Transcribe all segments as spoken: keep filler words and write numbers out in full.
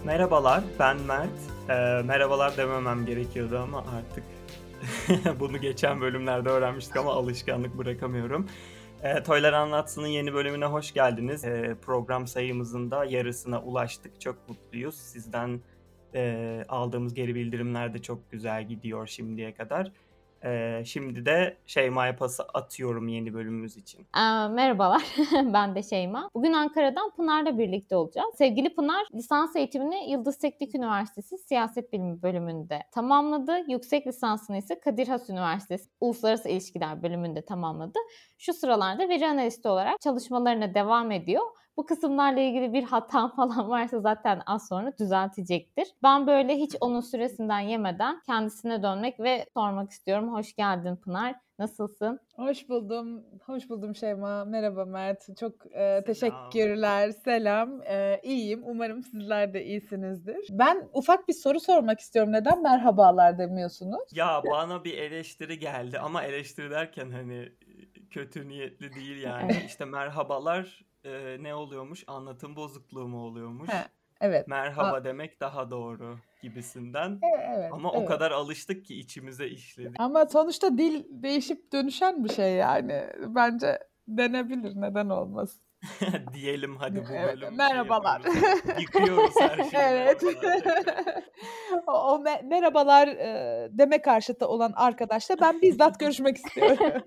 Merhabalar, ben Mert. Eee, merhabalar dememem gerekiyordu ama artık bunu geçen bölümlerde öğrenmiştik ama alışkanlık bırakamıyorum. Eee, Toylar Anlatsın'ın yeni bölümüne hoş geldiniz. Eee, program sayımızın da yarısına ulaştık. Çok mutluyuz. Sizden eee, aldığımız geri bildirimler de çok güzel gidiyor şimdiye kadar. Eee, şimdi de Şeyma'ya pası atıyorum yeni bölümümüz için. Aa, merhabalar, ben de Şeyma. Bugün Ankara'dan Pınar'la birlikte olacağız. Sevgili Pınar, lisans eğitimini Yıldız Teknik Üniversitesi Siyaset Bilimi bölümünde tamamladı. Yüksek lisansını ise Kadir Has Üniversitesi Uluslararası İlişkiler bölümünde tamamladı. Şu sıralarda veri analisti olarak çalışmalarına devam ediyor. Bu kısımlarla ilgili bir hatam falan varsa zaten az sonra düzeltecektir. Ben böyle hiç onun süresinden yemeden kendisine dönmek ve sormak istiyorum. Hoş geldin Pınar. Nasılsın? Hoş buldum. Hoş buldum Şeyma. Merhaba Mert. Çok e, Selam. teşekkürler. Selam. E, iyiyim. Umarım sizler de iyisinizdir. Ben ufak bir soru sormak istiyorum. Neden merhabalar demiyorsunuz? Ya bana bir eleştiri geldi ama eleştiri derken hani kötü niyetli değil yani. Evet. İşte merhabalar e, ne oluyormuş? Anlatım bozukluğu mu He, oluyormuş? evet. A- Merhaba demek daha doğru gibisinden. e- evet, Ama o evet. kadar alıştık ki içimize işledi. Ama sonuçta dil değişip dönüşen bir şey yani. Bence denebilir. Neden olmasın? Diyelim hadi bu Evet. bölüm şey Merhabalar. yapıyoruz. Yıkıyoruz her şeyi Evet. merhabalar diyerek. O, o me- merhabalar e, deme karşıtı olan arkadaşla ben bizzat görüşmek istiyorum.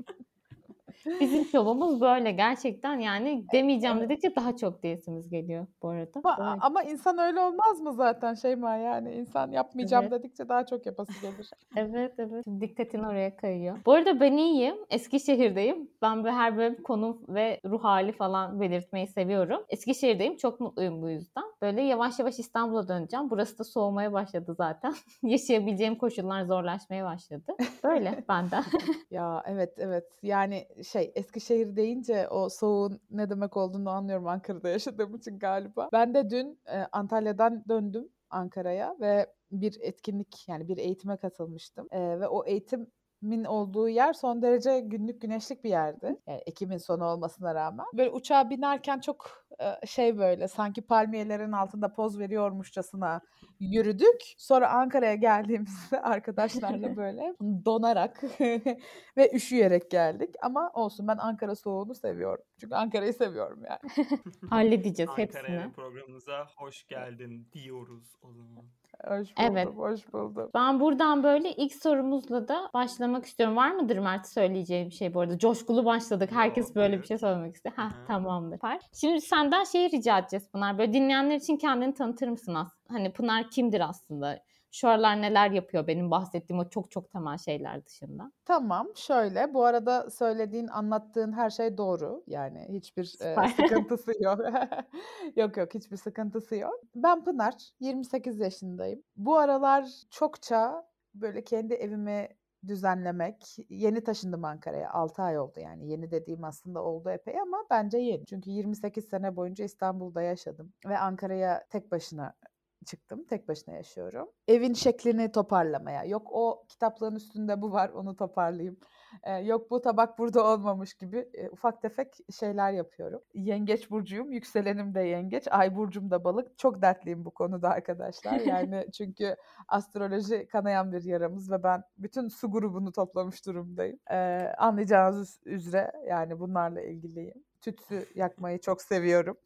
Bizim şovumuz böyle gerçekten yani demeyeceğim Evet. dedikçe daha çok diyesimiz geliyor bu arada. Ama, Böyle. ama insan öyle olmaz mı zaten Şeyma, yani insan yapmayacağım Evet. dedikçe daha çok yapası gelir. Evet, evet. Dikkatin oraya kayıyor. Bu arada ben iyiyim. Eskişehir'deyim. Ben böyle her bölüm konum ve ruh hali falan belirtmeyi seviyorum. Eskişehir'deyim. Çok mutluyum bu yüzden. Böyle yavaş yavaş İstanbul'a döneceğim. Burası da soğumaya başladı zaten. Yaşayabileceğim koşullar zorlaşmaya başladı. Böyle benden. Ya evet, evet, yani şey, Eskişehir deyince o soğuğun ne demek olduğunu anlıyorum, Ankara'da yaşadığım için galiba. Ben de dün e, Antalya'dan döndüm Ankara'ya ve bir etkinlik, yani bir eğitime katılmıştım. E, ve o eğitimin olduğu yer son derece günlük güneşlik bir yerdi. Yani Ekim'in sonu olmasına rağmen. Böyle uçağa binerken çok e, şey, böyle sanki palmiyelerin altında poz veriyormuşçasına yürüdük. Sonra Ankara'ya geldiğimizde arkadaşlarla böyle donarak ve üşüyerek geldik. Ama olsun, ben Ankara soğuğunu seviyorum. Çünkü Ankara'yı seviyorum yani. Halledeceğiz Ankara'ya ve hepsini. programımıza hoş geldin diyoruz o zaman. Hoş Evet. buldum, hoş buldum. Ben buradan böyle ilk sorumuzla da başlamak istiyorum. Var mıdır Mert söyleyeceği bir şey bu arada? Coşkulu başladık. Yo, Herkes böyle bir şey buyur. söylemek istiyor. Hı Heh, hı. tamamdır. Süper. Şimdi senden şey rica edeceğiz Pınar. Böyle dinleyenler için kendini tanıtır mısın aslında? Hani Pınar kimdir aslında? Şu aralar neler yapıyor benim bahsettiğim o çok çok temel şeyler dışında? Tamam, şöyle, bu arada söylediğin, anlattığın her şey doğru. Yani hiçbir e, Süper. sıkıntısı yok. Yok yok, hiçbir sıkıntısı yok. Ben Pınar, yirmi sekiz yaşındayım. Bu aralar çokça böyle kendi evimi düzenlemek, yeni taşındım Ankara'ya. altı ay oldu yani. Yeni dediğim aslında oldu epey ama bence yeni. Çünkü yirmi sekiz sene boyunca İstanbul'da yaşadım ve Ankara'ya tek başına çıktım. Tek başına yaşıyorum. Evin şeklini toparlamaya. Yok o kitaplığın üstünde bu var, onu toparlayayım. Ee, yok bu tabak burada olmamış gibi e, ufak tefek şeyler yapıyorum. Yengeç burcuyum. Yükselenim de yengeç. Ay burcum da balık. Çok dertliyim bu konuda arkadaşlar. Yani çünkü astroloji kanayan bir yaramız ve ben bütün su grubunu toplamış durumdayım. Ee, anlayacağınız üzere yani bunlarla ilgiliyim. Tütsü yakmayı çok seviyorum.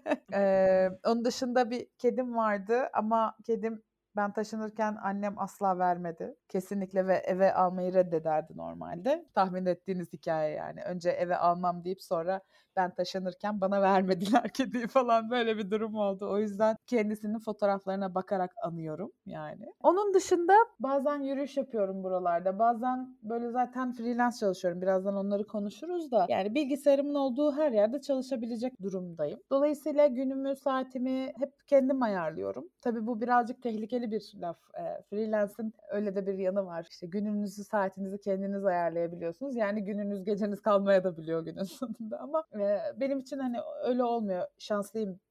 Eee, onun dışında bir kedim vardı ama kedim, ben taşınırken annem asla vermedi. Kesinlikle ve eve almayı reddederdi normalde. Tahmin ettiğiniz hikaye yani. Önce eve almam deyip sonra ben taşınırken bana vermediler kediyi falan, böyle bir durum oldu. O yüzden kendisinin fotoğraflarına bakarak anıyorum yani. Onun dışında bazen yürüyüş yapıyorum buralarda. Bazen böyle zaten freelance çalışıyorum. Birazdan onları konuşuruz da. Yani bilgisayarımın olduğu her yerde çalışabilecek durumdayım. Dolayısıyla günümü, saatimi hep kendim ayarlıyorum. Tabii bu birazcık tehlikeli bir laf. E, freelance'ın öyle de bir yanı var. İşte gününüzü, saatinizi kendiniz ayarlayabiliyorsunuz. Yani gününüz, geceniz kalmaya da biliyor günün sonunda ama e, benim için hani öyle olmuyor. Şanslıyım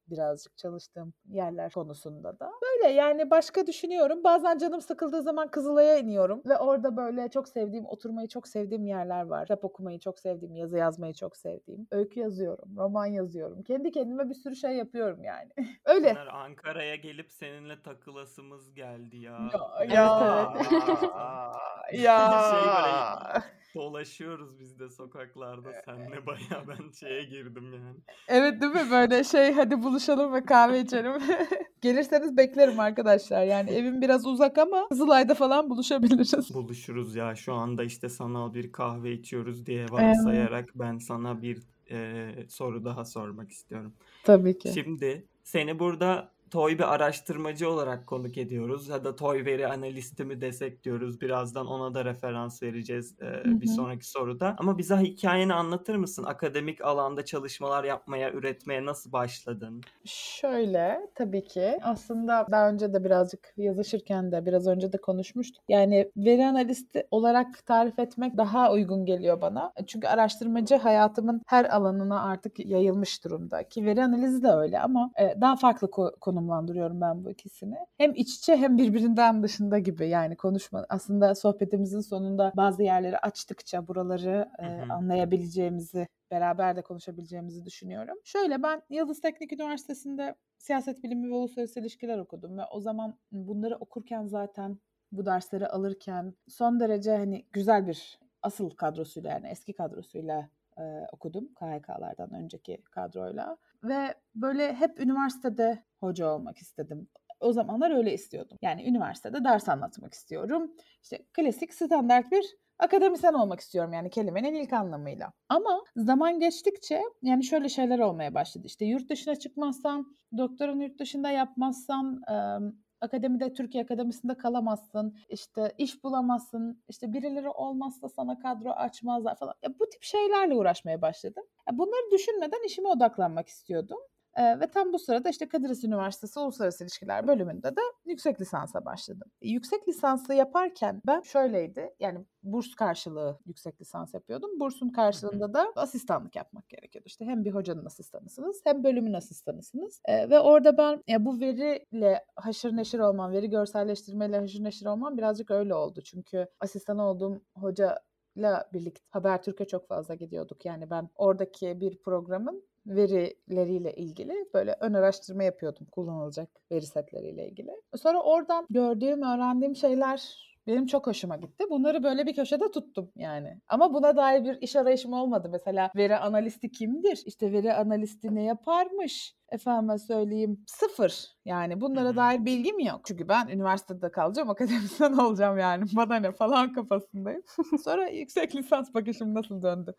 birazcık çalıştığım yerler konusunda da. Böyle yani başka düşünüyorum. Bazen canım sıkıldığı zaman Kızılay'a iniyorum ve orada böyle çok sevdiğim, oturmayı çok sevdiğim yerler var. Kitap okumayı çok sevdiğim, yazı yazmayı çok sevdiğim. Öykü yazıyorum, roman yazıyorum. Kendi kendime bir sürü şey yapıyorum yani. Öyle. Pınar, Ankara'ya gelip seninle takılasımız geldi ya. Ya Böyle Evet, evet. gerçekten. ya Şey böyle ya. dolaşıyoruz biz de sokaklarda seninle, bayağı ben şeye girdim yani. Evet değil mi? Böyle şey hadi buluşalım ve kahve içelim. Gelirseniz beklerim arkadaşlar. Yani evim biraz uzak ama Kızılay'da falan buluşabiliriz. Buluşuruz ya, şu anda işte sanal bir kahve içiyoruz diye Evet, varsayarak ben sana bir e, soru daha sormak istiyorum. tabii ki. Şimdi seni burada toy bir araştırmacı olarak konuk ediyoruz ya da toy veri analisti mi desek diyoruz. Birazdan ona da referans vereceğiz e, Hı bir hı. sonraki soruda. Ama bize hikayeni anlatır mısın? Akademik alanda çalışmalar yapmaya, üretmeye nasıl başladın? Şöyle tabii ki aslında daha önce de birazcık yazışırken de biraz önce de konuşmuştuk. Yani veri analisti olarak tarif etmek daha uygun geliyor bana. Çünkü araştırmacı hayatımın her alanına artık yayılmış durumda. Ki veri analizi de öyle ama e, daha farklı ko- konumlandırıyorum ben bu ikisini. Hem iç içe hem birbirinden dışında gibi yani konuşma. Aslında sohbetimizin sonunda bazı yerleri açtıkça buraları Hı e, hı. anlayabileceğimizi, beraber de konuşabileceğimizi düşünüyorum. Şöyle ben Yıldız Teknik Üniversitesi'nde siyaset bilimi ve uluslararası ilişkiler okudum ve o zaman bunları okurken zaten bu dersleri alırken son derece hani güzel bir asıl kadrosuyla yani eski kadrosuyla e, okudum K H K'lardan önceki kadroyla ve böyle hep üniversitede hoca olmak istedim. O zamanlar öyle istiyordum. Yani üniversitede ders anlatmak istiyorum. İşte klasik standart bir akademisyen olmak istiyorum yani kelimenin ilk anlamıyla. Ama zaman geçtikçe yani şöyle şeyler olmaya başladı. İşte yurt dışına çıkmazsan, doktoranı yurt dışında yapmazsan, e, akademide Türkiye Akademisi'nde kalamazsın. İşte iş bulamazsın. İşte birileri olmazsa sana kadro açmazlar falan. Ya bu tip şeylerle uğraşmaya başladım. Ya bunları düşünmeden işime odaklanmak istiyordum. Ee, ve tam bu sırada işte Kadir Has Üniversitesi Uluslararası İlişkiler bölümünde de yüksek lisansa başladım. E, yüksek lisansı yaparken ben şöyleydi yani burs karşılığı yüksek lisans yapıyordum. Bursun karşılığında da asistanlık yapmak gerekiyordu. İşte hem bir hocanın asistanısınız hem bölümün asistanısınız. Ee, ve orada ben ya bu veriyle haşır neşir olmam, veri görselleştirmeyle haşır neşir olmam birazcık öyle oldu. Çünkü asistan olduğum hoca ile birlikte Habertürk'e çok fazla gidiyorduk. Yani ben oradaki bir programın verileriyle ilgili böyle ön araştırma yapıyordum kullanılacak veri setleriyle ilgili. Sonra oradan gördüğüm, öğrendiğim şeyler benim çok hoşuma gitti. Bunları böyle bir köşede tuttum yani. Ama buna dair bir iş arayışım olmadı. Mesela veri analisti kimdir? İşte veri analisti ne yaparmış? Efendime söyleyeyim sıfır. Yani bunlara dair bilgim yok. Çünkü ben üniversitede kalacağım, akademisyen olacağım yani. Bana ne falan kafasındayım. Sonra yüksek lisans bakışım nasıl döndü?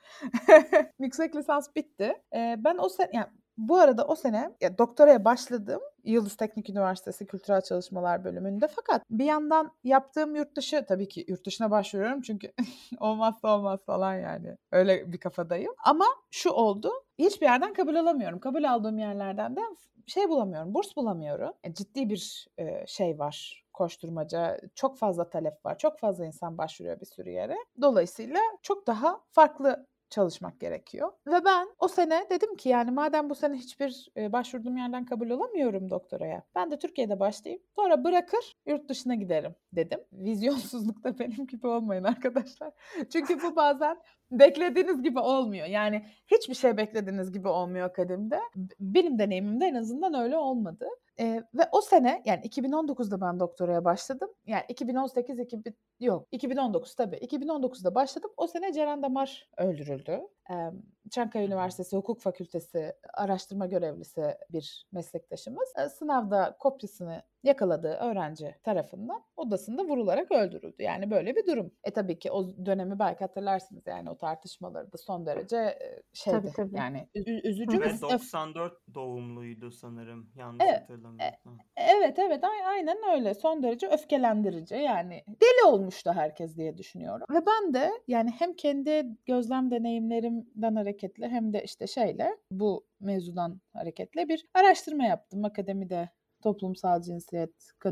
Yüksek lisans bitti. Ee, ben o sene, yani bu arada o sene ya, doktoraya başladım. Yıldız Teknik Üniversitesi Kültürel Çalışmalar bölümünde. Fakat bir yandan yaptığım yurt dışı, tabii ki yurt dışına başvuruyorum çünkü olmazsa olmaz falan yani. Öyle bir kafadayım. Ama şu oldu. Hiçbir yerden kabul alamıyorum. Kabul aldığım yerlerden de şey bulamıyorum, burs bulamıyorum. E, ciddi bir e, şey var, koşturmaca, çok fazla talep var, çok fazla insan başvuruyor bir sürü yere. Dolayısıyla çok daha farklı çalışmak gerekiyor. Ve ben o sene dedim ki yani madem bu sene hiçbir e, başvurduğum yerden kabul olamıyorum doktoraya. Ben de Türkiye'de başlayayım. Sonra bırakır yurt dışına giderim dedim. Vizyonsuzlukta benim gibi olmayın arkadaşlar. Çünkü bu bazen beklediğiniz gibi olmuyor. Yani hiçbir şey beklediğiniz gibi olmuyor akademide. Benim deneyimimde en azından öyle olmadı. Ee, ve o sene yani iki bin on dokuzda ben doktoraya başladım. Yani iki bin on sekiz iki bin yok iki bin on dokuz tabii. iki bin on dokuzda başladım. O sene Ceren Damar öldürüldü. Ee, Çankaya Üniversitesi Hukuk Fakültesi araştırma görevlisi bir meslektaşımız e, sınavda kopyasını yakaladığı öğrenci tarafından odasında vurularak öldürüldü. Yani böyle bir durum. E tabii ki o dönemi belki hatırlarsınız yani o tartışmaları da son derece e, şeydi. Tabii, tabii. Yani ü- üzücü Ve ve doksan dört doğumluydu sanırım, yanlış Evet, hatırlamıyorsam. evet, evet, a- aynen öyle. Son derece öfkelendirici. Yani deli olmuştu herkes diye düşünüyorum. Ve ben de yani hem kendi gözlem deneyimlerimden hareketle hem de işte şeyle bu mevzudan hareketle bir araştırma yaptım. Akademide toplumsal cinsiyet, kadın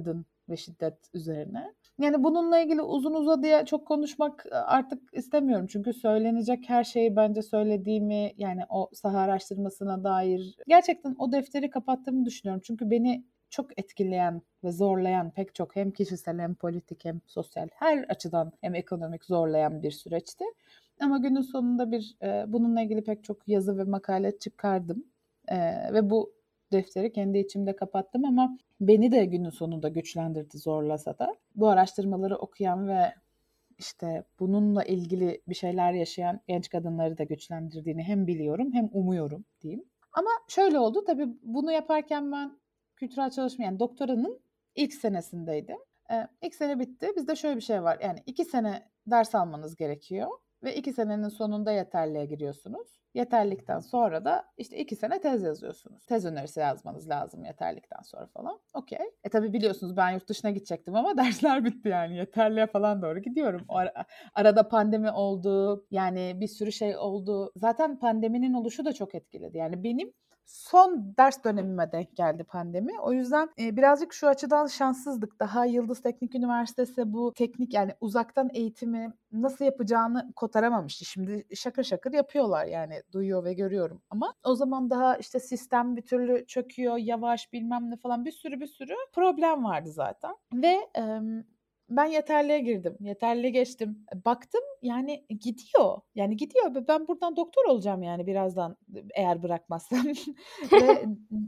ve şiddet üzerine. Yani bununla ilgili uzun uzadıya çok konuşmak artık istemiyorum. Çünkü söylenecek her şeyi bence söylediğimi, yani o saha araştırmasına dair gerçekten o defteri kapattığımı düşünüyorum. Çünkü beni çok etkileyen ve zorlayan pek çok hem kişisel hem politik hem sosyal her açıdan hem ekonomik zorlayan bir süreçti. Ama günün sonunda bir e, bununla ilgili pek çok yazı ve makale çıkardım. E, ve bu defteri kendi içimde kapattım ama beni de günün sonunda güçlendirdi zorlasa da. Bu araştırmaları okuyan ve işte bununla ilgili bir şeyler yaşayan genç kadınları da güçlendirdiğini hem biliyorum hem umuyorum diyeyim. Ama şöyle oldu, tabii bunu yaparken ben kültürel çalışma, yani doktoranın ilk senesindeydim. Ee, ilk sene bitti. Bizde şöyle bir şey var, yani iki sene ders almanız gerekiyor ve iki senenin sonunda yeterliğe giriyorsunuz. Yeterlikten sonra da işte iki sene tez yazıyorsunuz. Tez önerisi yazmanız lazım yeterlikten sonra falan. Okey. E tabii biliyorsunuz ben yurt dışına gidecektim ama dersler bitti, yani yeterliğe falan doğru gidiyorum. O ara, arada pandemi oldu, yani bir sürü şey oldu. Zaten pandeminin oluşu da çok etkiledi. Yani benim son ders dönemime denk geldi pandemi. O yüzden e, birazcık şu açıdan şanssızdık. Daha Yıldız Teknik Üniversitesi bu teknik, yani uzaktan eğitimi nasıl yapacağını kotaramamıştı. Şimdi şakır şakır yapıyorlar, yani duyuyor ve görüyorum. Ama o zaman daha işte sistem bir türlü çöküyor, yavaş bilmem ne falan, bir sürü bir sürü problem vardı zaten. Ve e, ben yeterliğe girdim. Yeterliğe geçtim. Baktım yani gidiyor. Yani gidiyor. Ben buradan doktor olacağım yani birazdan eğer bırakmazsam. Ve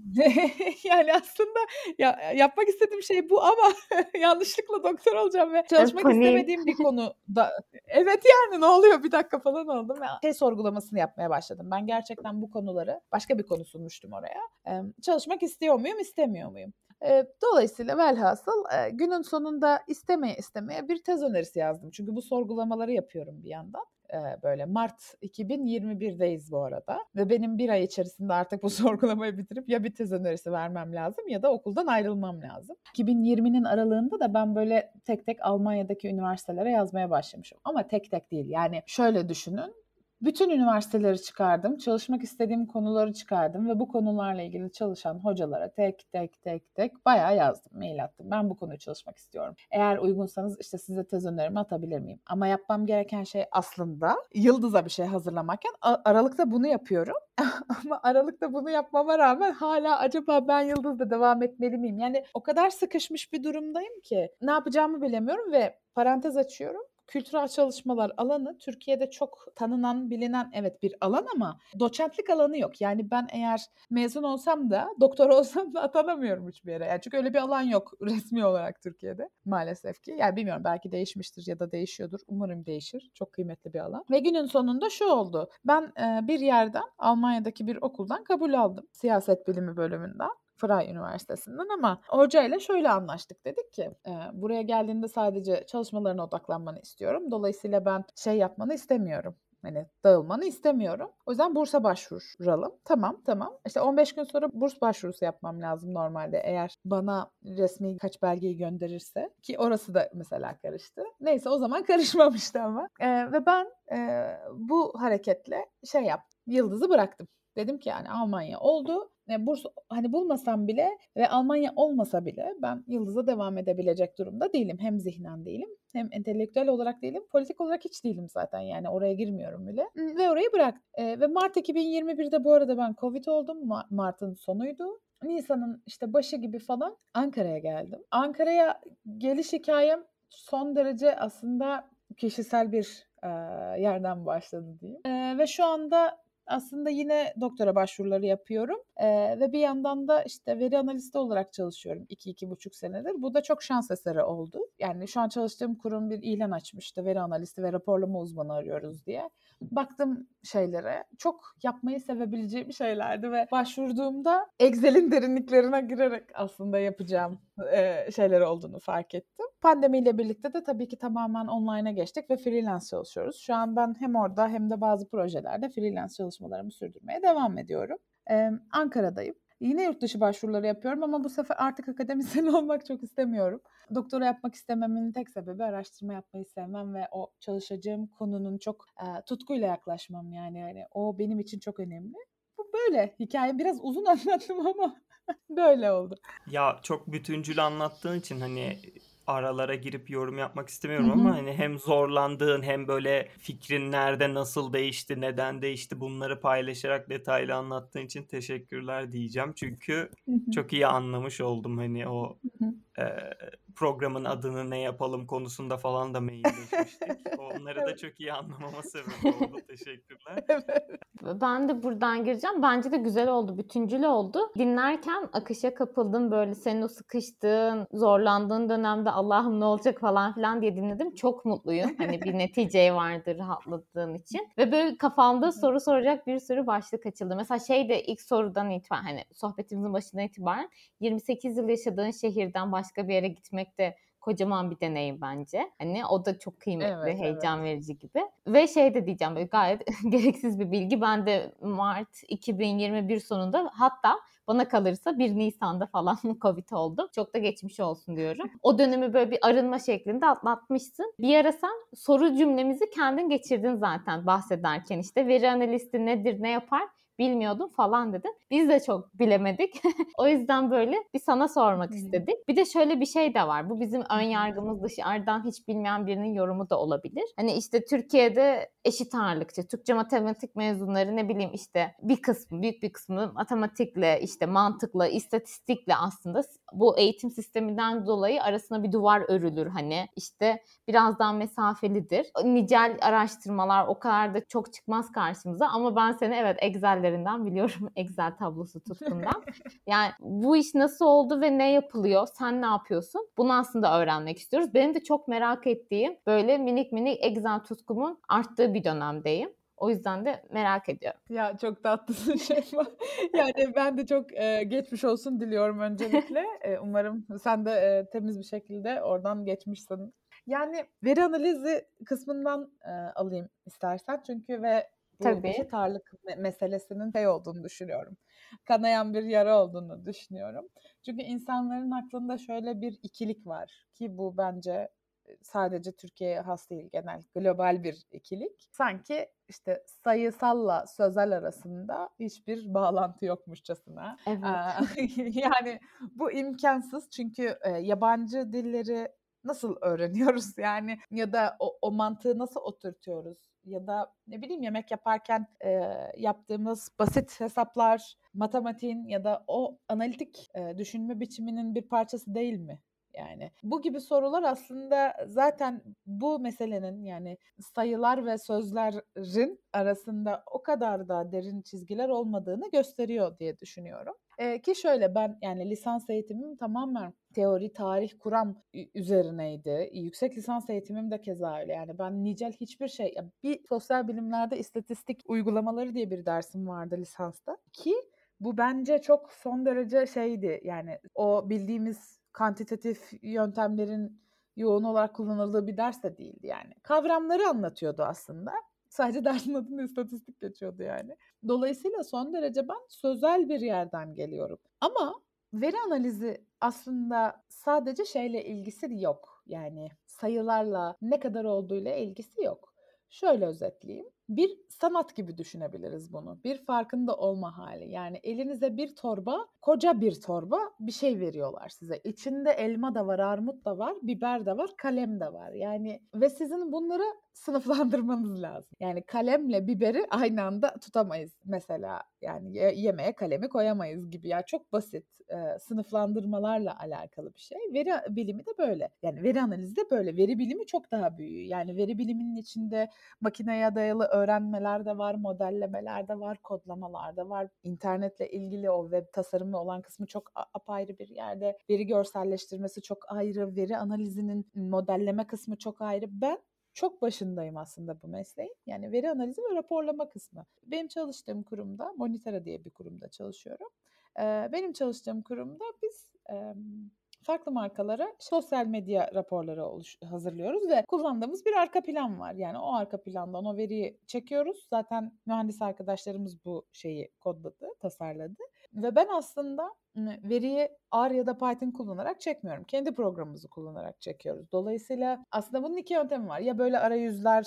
yani aslında ya, yapmak istediğim şey bu ama yanlışlıkla doktor olacağım ve çalışmak Panik. istemediğim bir konu da. Evet, yani ne oluyor bir dakika falan oldum. Ya, şey sorgulamasını yapmaya başladım. Ben gerçekten bu konuları, başka bir konu sunmuştum oraya. Ee, çalışmak istiyor muyum, istemiyor muyum? E, dolayısıyla velhasıl e, günün sonunda istemeye istemeye bir tez önerisi yazdım. Çünkü bu sorgulamaları yapıyorum bir yandan. E, böyle Mart iki bin yirmi birdeyiz bu arada. Ve benim bir ay içerisinde artık bu sorgulamayı bitirip ya bir tez önerisi vermem lazım ya da okuldan ayrılmam lazım. iki bin yirminin aralığında da ben böyle tek tek Almanya'daki üniversitelere yazmaya başlamışım. Ama tek tek değil, yani şöyle düşünün. Bütün üniversiteleri çıkardım, çalışmak istediğim konuları çıkardım ve bu konularla ilgili çalışan hocalara tek tek tek tek bayağı yazdım, mail attım. Ben bu konuyu çalışmak istiyorum. Eğer uygunsanız işte size tez önerimi atabilir miyim? Ama yapmam gereken şey aslında Yıldız'a bir şey hazırlamakken Aralık'ta bunu yapıyorum. Ama Aralık'ta bunu yapmama rağmen hala acaba ben Yıldız'da devam etmeli miyim? Yani o kadar sıkışmış bir durumdayım ki ne yapacağımı bilemiyorum ve parantez açıyorum. Kültürel çalışmalar alanı Türkiye'de çok tanınan, bilinen evet bir alan ama doçentlik alanı yok. Yani ben eğer mezun olsam da, doktor olsam da atanamıyorum hiçbir yere. Yani çünkü öyle bir alan yok resmi olarak Türkiye'de maalesef ki. Yani bilmiyorum, belki değişmiştir ya da değişiyordur. Umarım değişir. Çok kıymetli bir alan. Ve günün sonunda şu oldu. Ben e, bir yerden, Almanya'daki bir okuldan kabul aldım. Siyaset bilimi bölümünden. Freie Üniversitesi'nden, ama hocayla şöyle anlaştık, dedik ki e, buraya geldiğinde sadece çalışmalarına odaklanmanı istiyorum. Dolayısıyla ben şey yapmanı istemiyorum. Hani dağılmanı istemiyorum. O yüzden bursa başvuralım. Tamam tamam. İşte on beş gün sonra burs başvurusu yapmam lazım normalde, eğer bana resmi kaç belgeyi gönderirse, ki orası da mesela karıştı. Neyse, o zaman karışmamıştı ama. E, ve ben e, bu hareketle şey yaptım. Yıldız'ı bıraktım. Dedim ki yani Almanya oldu. E, burs hani bulmasam bile ve Almanya olmasa bile ben Yıldız'a devam edebilecek durumda değilim. Hem zihnen değilim, hem entelektüel olarak değilim, politik olarak hiç değilim zaten, yani oraya girmiyorum bile. Ve orayı bırak. E, ve Mart iki bin yirmi birde bu arada ben Covid oldum. Ma- Mart'ın sonuydu. Nisan'ın işte başı gibi falan Ankara'ya geldim. Ankara'ya geliş hikayem son derece aslında kişisel bir e, yerden başladı diyeyim. E, ve şu anda aslında yine doktora başvuruları yapıyorum ee, ve bir yandan da işte veri analisti olarak çalışıyorum iki iki buçuk senedir. Bu da çok şans eseri oldu. Yani şu an çalıştığım kurum bir ilan açmıştı, veri analisti ve raporlama uzmanı arıyoruz diye. Baktım şeylere, çok yapmayı sevebileceğim şeylerdi ve başvurduğumda Excel'in derinliklerine girerek aslında yapacağım e, şeyler olduğunu fark ettim. Pandemiyle birlikte de tabii ki tamamen online'a geçtik ve freelance çalışıyoruz. Şu an ben hem orada hem de bazı projelerde freelance çalışmalarımı sürdürmeye devam ediyorum. Ee, Ankara'dayım. Yine yurt dışı başvuruları yapıyorum ama bu sefer artık akademisyen olmak çok istemiyorum. Doktora yapmak istememin tek sebebi araştırma yapmayı sevmem ve o çalışacağım konunun çok e, tutkuyla yaklaşmam, yani. Yani o benim için çok önemli. Bu böyle. Hikaye biraz uzun anlattım ama Böyle oldu. Ya çok bütüncül anlattığın için hani aralara girip yorum yapmak Hı istemiyorum ama hı. hani hem zorlandığın hem böyle fikrin nerede nasıl değişti, neden değişti bunları paylaşarak detaylı anlattığın için teşekkürler diyeceğim. Çünkü Hı hı. çok iyi anlamış oldum hani o Hı hı. e, programın adını ne yapalım konusunda falan da mailleşmiştik. Onları da Evet. çok iyi anlamama sebep oldu. Teşekkürler. Evet. Ben de buradan gireceğim. Bence de güzel oldu, bütüncül oldu. Dinlerken akışa kapıldım. Böyle senin o sıkıştığın, zorlandığın dönemde Allah'ım ne olacak falan filan diye dinledim. Çok mutluyum. Hani bir netice vardı rahatladığın için. Ve böyle kafamda soru soracak bir sürü başlık açıldı. Mesela şey de ilk sorudan itibaren hani sohbetimizin başından itibaren yirmi sekiz yıl yaşadığın şehirden başka bir yere gitmek de kocaman bir deneyim bence. Hani o da çok kıymetli, Evet, evet. heyecan verici gibi. Ve şey de diyeceğim böyle gayet gereksiz bir bilgi. Ben de Mart iki bin yirmi bir sonunda hatta bana kalırsa bir Nisan'da falan Covid oldum. Çok da geçmiş olsun diyorum. O dönemi böyle bir arınma şeklinde atlatmışsın. Bir ara sen soru cümlemizi kendin geçirdin zaten bahsederken işte veri analisti nedir, ne yapar bilmiyordum falan dedin. Biz de çok bilemedik. O yüzden böyle bir sana sormak Hı hı. istedik. Bir de şöyle bir şey de var. Bu bizim ön Hı hı. yargımız, dışarıdan hiç bilmeyen birinin yorumu da olabilir. Hani işte Türkiye'de eşit ağırlıkçı, Türkçe matematik mezunları ne bileyim işte bir kısmı, büyük bir kısmı matematikle, işte mantıkla, istatistikle aslında bu eğitim sisteminden dolayı arasına bir duvar örülür hani. İşte biraz daha mesafelidir. Nicel araştırmalar o kadar da çok çıkmaz karşımıza ama ben seni evet Excel'lerinden biliyorum. Excel tablosu tutkundan. Yani bu iş nasıl oldu ve ne yapılıyor? Sen ne yapıyorsun? Bunu aslında öğrenmek istiyoruz. Benim de çok merak ettiğim böyle minik minik Excel tutkumun arttığı bir dönemdeyim. O yüzden de merak ediyorum. Ya çok tatlısın Şeyma. Yani ben de çok e, geçmiş olsun diliyorum öncelikle. E, umarım sen de e, temiz bir şekilde oradan geçmişsin. Yani veri analizi kısmından e, alayım istersen. Çünkü ve bu Tabii. eşit ağırlık me- meselesinin şey olduğunu düşünüyorum. Kanayan bir yara olduğunu düşünüyorum. Çünkü insanların aklında şöyle bir ikilik var ki bu bence sadece Türkiye'ye has değil, genel global bir ikilik. Sanki işte sayısalla sözel arasında hiçbir bağlantı yokmuşçasına. Evet. Aa, yani bu imkansız çünkü e, yabancı dilleri nasıl öğreniyoruz yani ya da o, o mantığı nasıl oturtuyoruz ya da ne bileyim yemek yaparken e, yaptığımız basit hesaplar matematiğin ya da o analitik e, düşünme biçiminin bir parçası değil mi? Yani bu gibi sorular aslında zaten bu meselenin yani sayılar ve sözlerin arasında o kadar da derin çizgiler olmadığını gösteriyor diye düşünüyorum. Ee, ki şöyle ben yani lisans eğitimim tamamen teori, tarih, kuram üzerineydi. Yüksek lisans eğitimim de keza öyle. Yani ben nicel hiçbir şey, bir sosyal bilimlerde istatistik uygulamaları diye bir dersim vardı lisansta ki bu bence çok son derece şeydi yani o bildiğimiz kantitatif yöntemlerin yoğun olarak kullanıldığı bir ders de değildi yani. Kavramları anlatıyordu aslında. Sadece dersin adında istatistik geçiyordu yani. Dolayısıyla son derece ben sözel bir yerden geliyorum. Ama veri analizi aslında sadece şeyle ilgisi yok. Yani sayılarla ne kadar olduğuyla ilgisi yok. Şöyle özetleyeyim. Bir sanat gibi düşünebiliriz bunu. Bir farkında olma hali. Yani elinize bir torba, koca bir torba bir şey veriyorlar size. İçinde elma da var, armut da var, biber de var, kalem de var. Yani ve sizin bunları sınıflandırmanız lazım. Yani kalemle biberi aynı anda tutamayız mesela. Yani ye- yemeğe kalemi koyamayız gibi. Yani çok basit e, sınıflandırmalarla alakalı bir şey. Veri bilimi de böyle. Yani veri analizi de böyle. Veri bilimi çok daha büyüğü. Yani veri biliminin içinde makineye dayalı öğrenmeler de var, modellemeler de var, kodlamalar da var. İnternetle ilgili o web tasarımı olan kısmı çok apayrı bir yerde. Veri görselleştirmesi çok ayrı, veri analizinin modelleme kısmı çok ayrı. Ben çok başındayım aslında bu mesleğin. Yani veri analizi ve raporlama kısmı. Benim çalıştığım kurumda, Monitera diye bir kurumda çalışıyorum. Benim çalıştığım kurumda biz farklı markalara sosyal medya raporları oluş- hazırlıyoruz ve kullandığımız bir arka plan var. Yani o arka plandan o veriyi çekiyoruz. Zaten mühendis arkadaşlarımız bu şeyi kodladı, tasarladı. Ve ben aslında veriyi R ya da Python kullanarak çekmiyorum. Kendi programımızı kullanarak çekiyoruz. Dolayısıyla aslında bunun iki yöntemi var. Ya böyle arayüzler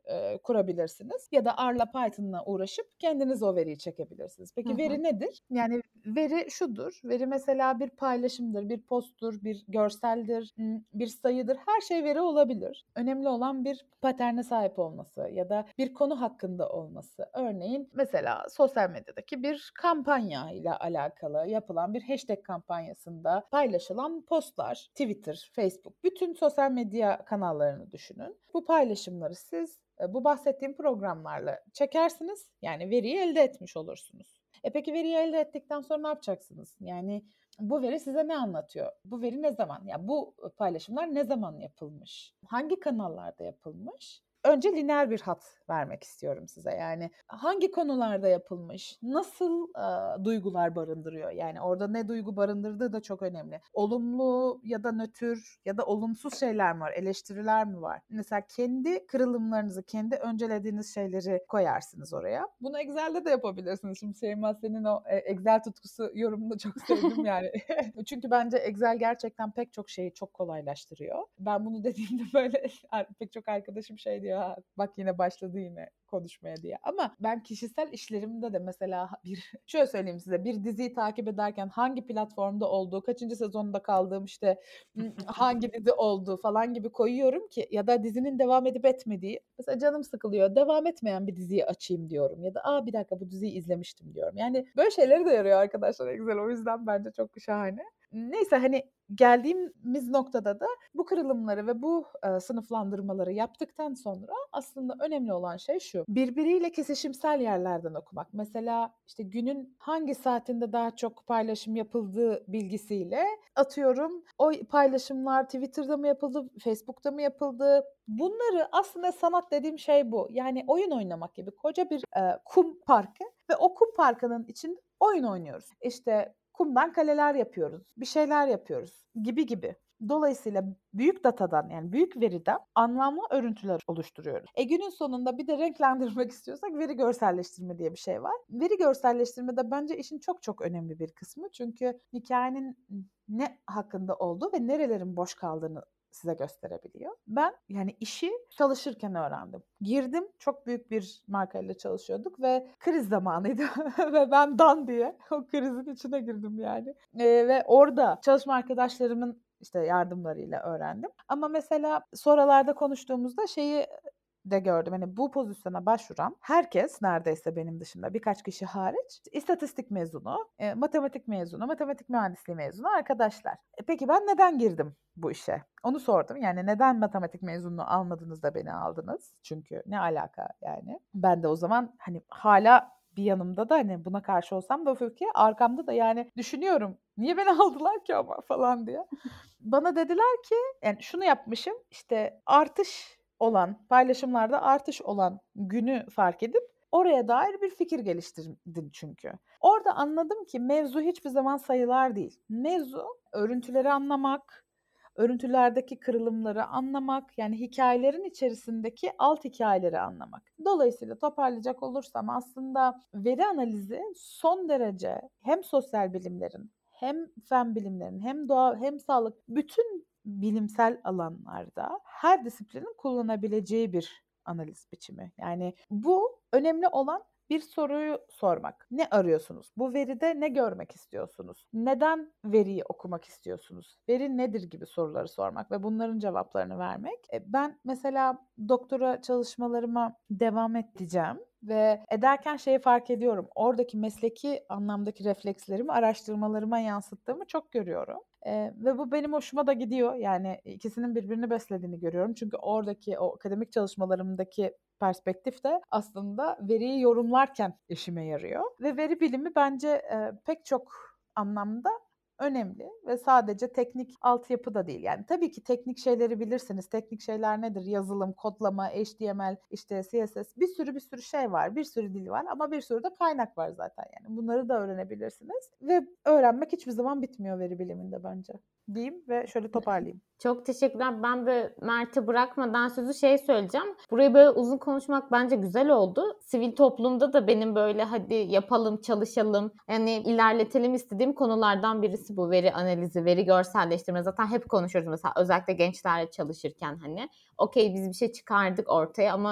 e, kurabilirsiniz. Ya da R''la Python'la uğraşıp kendiniz o veriyi çekebilirsiniz. Peki Hı hı. veri nedir? Yani veri şudur. Veri mesela bir paylaşımdır, bir posttur, bir görseldir, m, bir sayıdır. Her şey veri olabilir. Önemli olan bir paterne sahip olması ya da bir konu hakkında olması. Örneğin mesela sosyal medyadaki bir kampanya ile alakalı yapılan bir hashtag kampanyasında paylaşılan postlar, Twitter, Facebook, bütün sosyal medya kanallarını düşünün. Bu paylaşımları siz e, bu bahsettiğim programlarla çekersiniz. Yani veriyi elde etmiş olursunuz. E peki veriyi elde ettikten sonra ne yapacaksınız? Yani bu veri size ne anlatıyor? Bu veri ne zaman? Ya bu paylaşımlar ne zaman yapılmış? Hangi kanallarda yapılmış? Önce lineer bir hat vermek istiyorum size. Yani hangi konularda yapılmış? Nasıl e, duygular barındırıyor? Yani orada ne duygu barındırdığı da çok önemli. Olumlu ya da nötr ya da olumsuz şeyler mi var? Eleştiriler mi var? Mesela kendi kırılımlarınızı, kendi öncelediğiniz şeyleri koyarsınız oraya. Bunu Excel'de de yapabilirsiniz. Şimdi Şeyma senin o e, Excel tutkusu yorumunu çok sevdim yani. Çünkü bence Excel gerçekten pek çok şeyi çok kolaylaştırıyor. Ben bunu dediğimde böyle pek çok arkadaşım şey diyor, ha, bak yine başladı yine konuşmaya diye. Ama ben kişisel işlerimde de mesela bir şöyle söyleyeyim size, bir diziyi takip ederken hangi platformda olduğu, kaçıncı sezonunda kaldığım, işte hangi dizi olduğu falan gibi koyuyorum ki, ya da dizinin devam edip etmediği, mesela canım sıkılıyor, devam etmeyen bir diziyi açayım diyorum ya da aa bir dakika bu diziyi izlemiştim diyorum. Yani böyle şeyleri de yarıyor arkadaşlar Excel, o yüzden bence çok şahane. Neyse, hani geldiğimiz noktada da bu kırılımları ve bu e, sınıflandırmaları yaptıktan sonra aslında önemli olan şey şu: birbiriyle kesişimsel yerlerden okumak. Mesela işte günün hangi saatinde daha çok paylaşım yapıldığı bilgisiyle, atıyorum o paylaşımlar Twitter'da mı yapıldı, Facebook'ta mı yapıldı? Bunları aslında sanat dediğim şey bu. Yani oyun oynamak gibi koca bir e, kum parkı ve o kum parkının içinde oyun oynuyoruz. İşte kumdan kaleler yapıyoruz, bir şeyler yapıyoruz gibi gibi. Dolayısıyla büyük datadan, yani büyük veriden anlamlı örüntüler oluşturuyoruz. E günün sonunda bir de renklendirmek istiyorsak veri görselleştirme diye bir şey var. Veri görselleştirme de bence işin çok çok önemli bir kısmı. Çünkü hikayenin ne hakkında olduğu ve nerelerin boş kaldığını size gösterebiliyor. Ben yani işi çalışırken öğrendim. Girdim, çok büyük bir markayla çalışıyorduk ve kriz zamanıydı ve ben dan diye o krizin içine girdim yani. Ee, ve orada çalışma arkadaşlarımın işte yardımlarıyla öğrendim. Ama mesela sonralarda konuştuğumuzda şeyi de gördüm. Hani bu pozisyona başvuran herkes neredeyse benim dışında birkaç kişi hariç istatistik mezunu, e, matematik mezunu, matematik mühendisliği mezunu arkadaşlar. E, peki ben neden girdim bu işe? Onu sordum. Yani neden matematik mezununu almadınız da beni aldınız? Çünkü ne alaka yani? Ben de o zaman hani hala bir yanımda da hani buna karşı olsam da o fikri, arkamda da yani düşünüyorum. Niye beni aldılar ki ama falan diye. Bana dediler ki yani şunu yapmışım, işte artış olan, paylaşımlarda artış olan günü fark edip oraya dair bir fikir geliştirdin çünkü. Orada anladım ki mevzu hiçbir zaman sayılar değil. Mevzu örüntüleri anlamak, örüntülerdeki kırılımları anlamak, yani hikayelerin içerisindeki alt hikayeleri anlamak. Dolayısıyla toparlayacak olursam aslında veri analizi son derece hem sosyal bilimlerin, hem fen bilimlerin, hem doğa, hem sağlık, bütün bilimsel alanlarda her disiplinin kullanabileceği bir analiz biçimi. Yani bu önemli olan bir soruyu sormak. Ne arıyorsunuz? Bu veride ne görmek istiyorsunuz? Neden veriyi okumak istiyorsunuz? Veri nedir gibi soruları sormak ve bunların cevaplarını vermek. E, Ben mesela doktora çalışmalarıma devam edeceğim ve ederken şeyi fark ediyorum. Oradaki mesleki anlamdaki reflekslerimi araştırmalarıma yansıttığımı çok görüyorum. Ee, ve bu benim hoşuma da gidiyor. Yani ikisinin birbirini beslediğini görüyorum. Çünkü oradaki o akademik çalışmalarımdaki perspektif de aslında veriyi yorumlarken işime yarıyor. Ve veri bilimi bence e, pek çok anlamda önemli ve sadece teknik altyapı da değil. Yani tabii ki teknik şeyleri bilirsiniz. Teknik şeyler nedir? Yazılım, kodlama, H T M L, işte C S S, bir sürü bir sürü şey var. Bir sürü dil var ama bir sürü de kaynak var zaten yani. Bunları da öğrenebilirsiniz ve öğrenmek hiçbir zaman bitmiyor veri biliminde bence. Diyeyim ve şöyle toparlayayım. Çok teşekkürler. Ben de Mert'i bırakmadan sözü şey söyleyeceğim. Burayı böyle uzun konuşmak bence güzel oldu. Sivil toplumda da benim böyle hadi yapalım, çalışalım, yani ilerletelim istediğim konulardan birisi bu veri analizi, veri görselleştirme. Zaten hep konuşuyoruz mesela özellikle gençlerle çalışırken hani. Okey biz bir şey çıkardık ortaya ama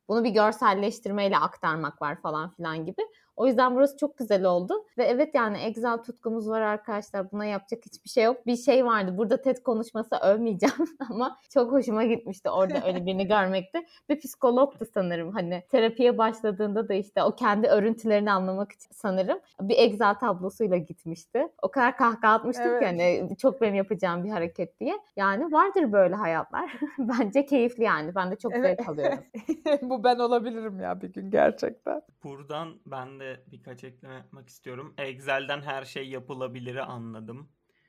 bunu bir görselleştirmeyle aktarmak var falan filan gibi. O yüzden burası çok güzel oldu. Ve evet yani Excel tutkumuz var arkadaşlar. Buna yapacak hiçbir şey yok. Bir şey vardı. Burada TED konuşması övmeyeceğim ama çok hoşuma gitmişti orada öyle birini görmekte. Bir psikologtu sanırım. Hani terapiye başladığında da işte o kendi örüntülerini anlamak için sanırım bir Excel tablosuyla gitmişti. O kadar kahkaha atmıştım Evet. ki hani çok benim yapacağım bir hareket diye. Yani vardır böyle hayatlar. Bence keyifli yani. Ben de çok Evet. zevk alıyorum. Bu ben olabilirim ya bir gün gerçekten. Buradan ben de birkaç ekleme yapmak istiyorum. Excel'den her şey yapılabiliri anladım.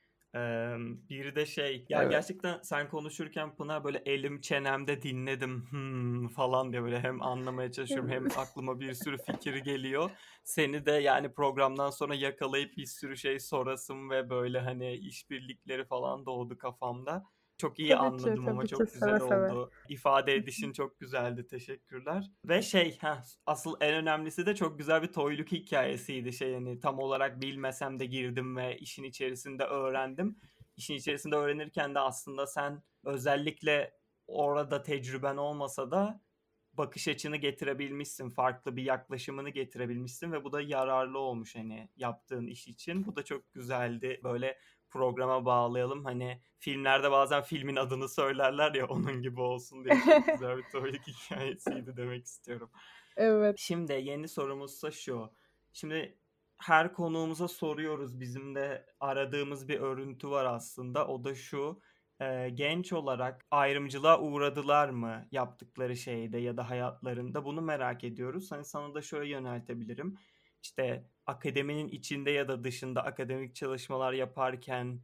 Ee, bir de şey ya Evet. gerçekten sen konuşurken Pınar böyle elim çenemde dinledim hmm, falan diye böyle hem anlamaya çalışıyorum hem aklıma bir sürü fikir geliyor. Seni de yani programdan sonra yakalayıp bir sürü şey sorasım ve böyle hani işbirlikleri falan doğdu kafamda. Çok iyi Tabii ki, anladım ama tabii ki. çok güzel Seve seve. oldu. İfade edişin çok güzeldi. Teşekkürler. Ve şey heh, asıl en önemlisi de çok güzel bir toyluk hikayesiydi. Şey yani tam olarak bilmesem de girdim ve işin içerisinde öğrendim. İşin içerisinde öğrenirken de aslında sen özellikle orada tecrüben olmasa da bakış açını getirebilmişsin. Farklı bir yaklaşımını getirebilmişsin ve bu da yararlı olmuş hani yaptığın iş için. Bu da çok güzeldi. Böyle programa bağlayalım. Hani filmlerde bazen filmin adını söylerler ya onun gibi olsun diye çok güzel bir toylik hikayesiydi demek istiyorum. Evet. Şimdi yeni sorumuzsa şu. Şimdi her konuğumuza soruyoruz. Bizim de aradığımız bir örüntü var aslında. O da şu. e, genç olarak ayrımcılığa uğradılar mı yaptıkları şeyde ya da hayatlarında? Bunu merak ediyoruz. Hani sana da şöyle yöneltebilirim. İşte akademinin içinde ya da dışında akademik çalışmalar yaparken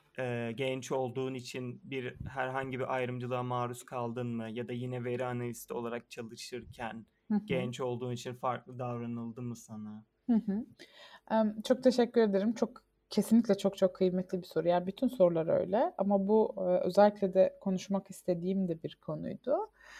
e, genç olduğun için bir herhangi bir ayrımcılığa maruz kaldın mı? Ya da yine veri analisti olarak çalışırken Hı hı. genç olduğun için farklı davranıldı mı sana? Hı hı. Em, Çok teşekkür ederim. Çok kesinlikle çok çok kıymetli bir soru. Yani bütün sorular öyle ama bu e, özellikle de konuşmak istediğim de bir konuydu.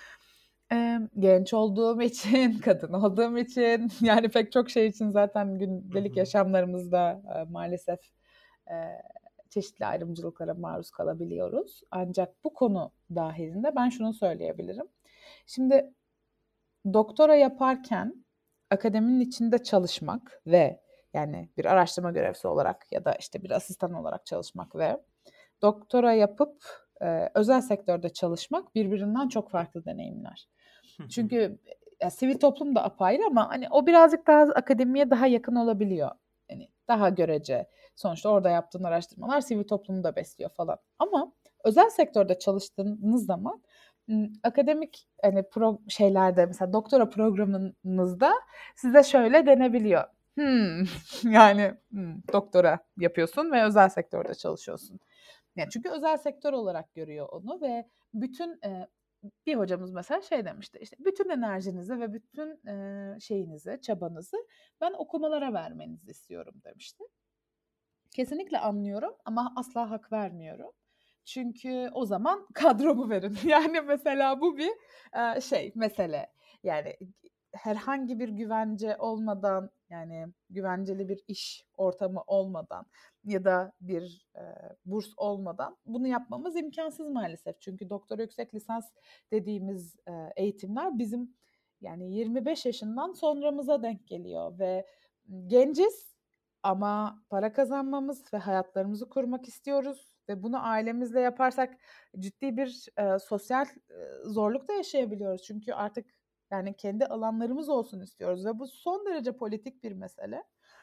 Em, Genç olduğum için, kadın olduğum için yani pek çok şey için zaten Hı gündelik hı. yaşamlarımızda e, maalesef e, çeşitli ayrımcılıklara maruz kalabiliyoruz. Ancak bu konu dahilinde ben şunu söyleyebilirim. Şimdi doktora yaparken akademinin içinde çalışmak ve yani bir araştırma görevlisi olarak ya da işte bir asistan olarak çalışmak ve doktora yapıp e, özel sektörde çalışmak birbirinden çok farklı deneyimler. Çünkü ya, sivil toplum da apayrı ama hani o birazcık daha akademiye daha yakın olabiliyor. Yani daha görece. Sonuçta orada yaptığın araştırmalar sivil toplumu da besliyor falan. Ama özel sektörde çalıştığınız zaman akademik hani pro şeylerde mesela doktora programınızda size şöyle denebiliyor. Hmm, yani hmm, doktora yapıyorsun ve özel sektörde çalışıyorsun. Yani çünkü özel sektör olarak görüyor onu ve bütün e, bir hocamız mesela şey demişti işte bütün enerjinizi ve bütün e, şeyinizi, çabanızı ben okumalara vermenizi istiyorum demişti. Kesinlikle anlıyorum ama asla hak vermiyorum. Çünkü o zaman kadromu verin. Yani mesela bu bir e, şey mesele. Yani herhangi bir güvence olmadan yani güvenceli bir iş ortamı olmadan ya da bir e, burs olmadan bunu yapmamız imkansız maalesef. Çünkü doktora yüksek lisans dediğimiz e, eğitimler bizim yani yirmi beş yaşından sonramıza denk geliyor ve genciz ama para kazanmamız ve hayatlarımızı kurmak istiyoruz ve bunu ailemizle yaparsak ciddi bir e, sosyal e, zorluk da yaşayabiliyoruz. Çünkü artık yani kendi alanlarımız olsun istiyoruz ve bu son derece politik bir mesele.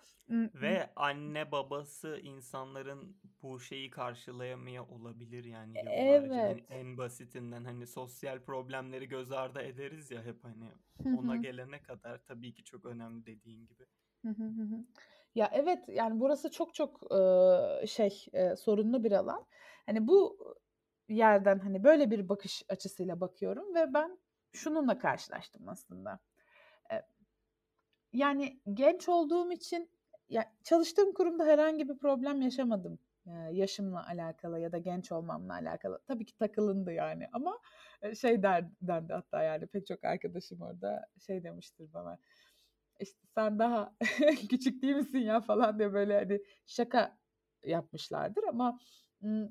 Ve anne babası insanların bu şeyi karşılayamıyor olabilir yani yıllarca. En, Evet. en basitinden hani sosyal problemleri göz ardı ederiz ya hep hani Hı ona hı. gelene kadar tabii ki çok önemli dediğin gibi. Hı hı hı hı. Ya evet yani burası çok çok e, şey e, sorunlu bir alan. Hani bu yerden hani böyle bir bakış açısıyla bakıyorum ve ben şununla karşılaştım aslında. E, Yani genç olduğum için ya çalıştığım kurumda herhangi bir problem yaşamadım. E, yaşımla alakalı ya da genç olmamla alakalı. Tabii ki takılındı yani ama e, şey der, dendi hatta yani pek çok arkadaşım orada şey demiştir bana. İşte sen daha küçük değil misin ya falan diye böyle hani şaka yapmışlardır ama m,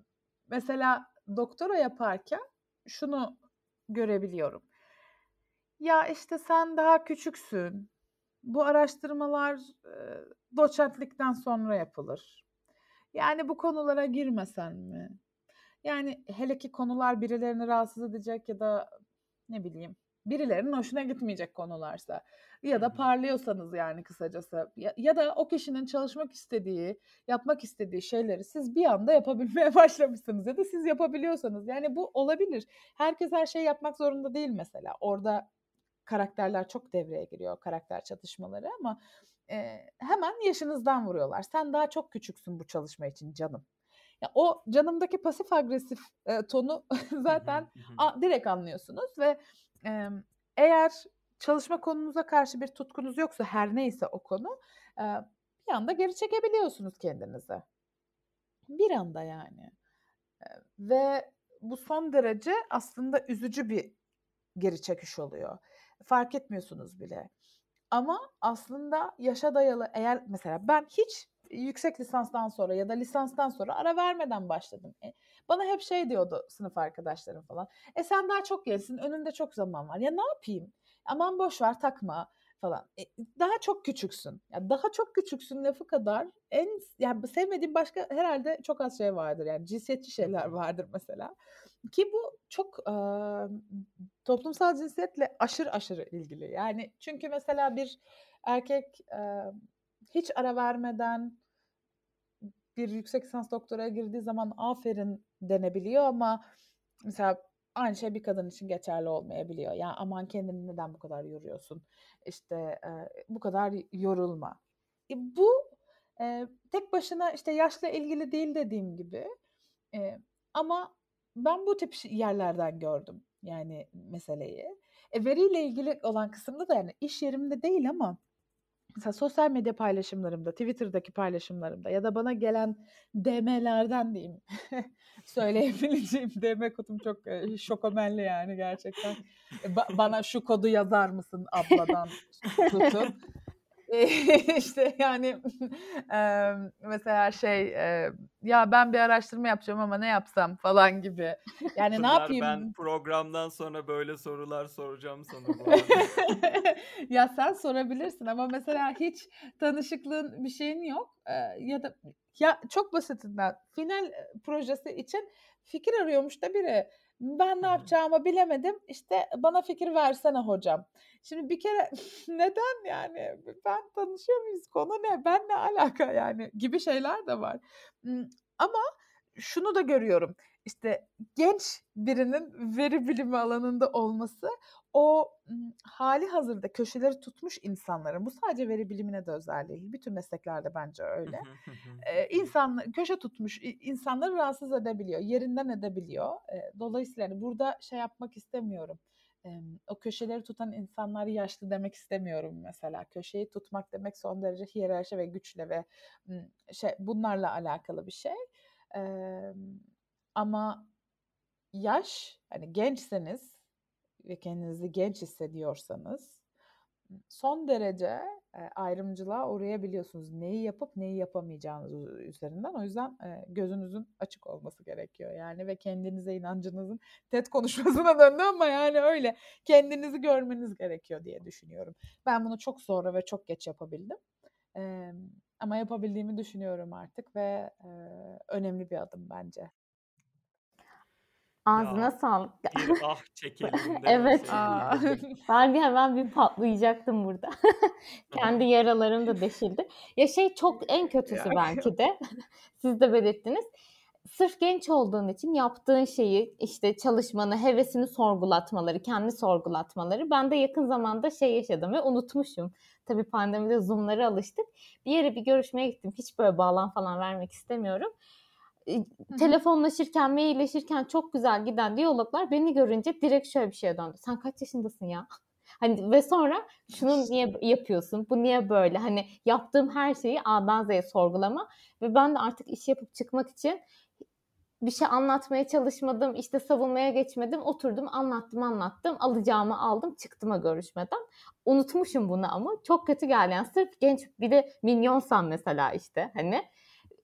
mesela doktora yaparken şunu görebiliyorum. Ya işte sen daha küçüksün. Bu araştırmalar e, doçentlikten sonra yapılır. Yani bu konulara girmesen mi? Yani hele ki konular birilerini rahatsız edecek ya da ne bileyim birilerinin hoşuna gitmeyecek konularsa ya Hı da hı. parlıyorsanız yani kısacası ya, ya da o kişinin çalışmak istediği, yapmak istediği şeyleri siz bir anda yapabilmeye başlamışsınız ya da siz yapabiliyorsanız yani bu olabilir. Herkes her şeyi yapmak zorunda değil mesela. Orada karakterler çok devreye giriyor, karakter çatışmaları ama e, hemen yaşınızdan vuruyorlar. Sen daha çok küçüksün bu çalışma için canım. Ya o canımdaki pasif agresif e, tonu Hı hı. zaten Hı hı. a, direkt anlıyorsunuz ve e, eğer çalışma konunuza karşı bir tutkunuz yoksa her neyse o konu e, bir anda geri çekebiliyorsunuz kendinizi. Bir anda yani. E, ve bu son derece aslında üzücü bir geri çekiş oluyor. Fark etmiyorsunuz bile. Ama aslında yaşa dayalı eğer mesela ben hiç yüksek lisanstan sonra ya da lisanstan sonra ara vermeden başladım. E, bana hep şey diyordu sınıf arkadaşlarım falan. E sen daha çok gençsin, önünde çok zaman var. Ya ne yapayım? Aman boş ver takma falan. E, daha çok küçüksün. Ya daha çok küçüksün lafı kadar en yani sevmediğim başka herhalde çok az şey vardır. Yani cinsiyetçi Hı şeyler hı. vardır mesela. Ki bu çok e, toplumsal cinsiyetle aşırı aşırı ilgili. Yani çünkü mesela bir erkek e, hiç ara vermeden bir yüksek lisans doktoraya girdiği zaman aferin denebiliyor ama mesela aynı şey bir kadın için geçerli olmayabiliyor. Ya aman kendini neden bu kadar yoruyorsun? İşte e, bu kadar yorulma. E, bu e, tek başına işte yaşla ilgili değil dediğim gibi. E, ama ben bu tip yerlerden gördüm yani meseleyi. E, veriyle ilgili olan kısımda da yani iş yerimde değil ama mesela sosyal medya paylaşımlarımda, Twitter'daki paylaşımlarımda ya da bana gelen D M'lerden diyeyim söyleyebileceğim D M kodum çok e, şokomenli yani gerçekten. E, ba- bana şu kodu yazar mısın abladan tutun. İşte yani emm, mesela şey, eee, ya ben bir araştırma yapacağım ama ne yapsam falan gibi. Yani ne Pınar, ben yapayım? programdan sonra böyle sorular soracağım sana bu arada. Ya sen sorabilirsin ama mesela hiç tanışıklığın bir şeyin yok. Eee, ya da ya çok basitinden final eee, projesi için fikir arıyormuş da biri. Ben Hı ne hı. yapacağımı bilemedim. İşte bana fikir versene hocam. Şimdi bir kere neden yani ben tanışıyor muyuz? Konu ne? Ben ne alaka yani gibi şeyler de var. Imm, ama şunu da görüyorum. İşte genç birinin veri bilimi alanında olması o ım, hali hazırda köşeleri tutmuş insanların bu sadece veri bilimine de özel değil. Bütün mesleklerde bence Hı öyle. hı. Hı hı. Eee, Hı hı. insan köşe tutmuş i- insanları rahatsız edebiliyor, yerinden edebiliyor. Eee, dolayısıyla hani burada şey yapmak istemiyorum. Em, o köşeleri tutan insanlar yaşlı demek istemiyorum mesela. Köşeyi tutmak demek son derece hiyerarşi ve güçle ve ım, şey bunlarla alakalı bir şey. Em, ama yaş hani gençseniz ve kendinizi genç hissediyorsanız son derece e, ayrımcılığa uğrayabiliyorsunuz. Neyi yapıp neyi yapamayacağınız üzerinden. O yüzden e, gözünüzün açık olması gerekiyor yani ve kendinize inancınızın TED konuşmasına döndü ama yani öyle kendinizi görmeniz gerekiyor diye düşünüyorum. Ben bunu çok sonra ve çok geç yapabildim. E, ama yapabildiğimi düşünüyorum artık ve e, önemli bir adım bence. Ağzına Ya, sağlık. bir ah çekelim değil mi Evet. sevgili Aa. Gülüm? Ben bir hemen bir patlayacaktım burada. Kendi yaralarım da deşildi. Ya şey çok en kötüsü Ya, belki de siz de belirttiniz. Sırf genç olduğun için yaptığın şeyi işte çalışmanı, hevesini sorgulatmaları, kendi sorgulatmaları. Ben de yakın zamanda şey yaşadım ve unutmuşum. Tabii pandemide Zoom'lara alıştık. Bir yere bir görüşmeye gittim. Hiç böyle bağlam falan vermek istemiyorum. E, Hı hı. telefonlaşırken, mailleşirken çok güzel giden diyaloglar beni görünce direkt şöyle bir şeye döndü. Sen kaç yaşındasın ya? Hani ve sonra şunu niye yapıyorsun? Bu niye böyle? Hani yaptığım her şeyi A'dan Z'ye sorgulama ve ben de artık iş yapıp çıkmak için bir şey anlatmaya çalışmadım, işte savunmaya geçmedim, oturdum, anlattım, anlattım, alacağımı aldım, çıktım o görüşmeden. Unutmuşum bunu ama çok kötü geldi. Yani sırf genç bir de minyonsam mesela işte hani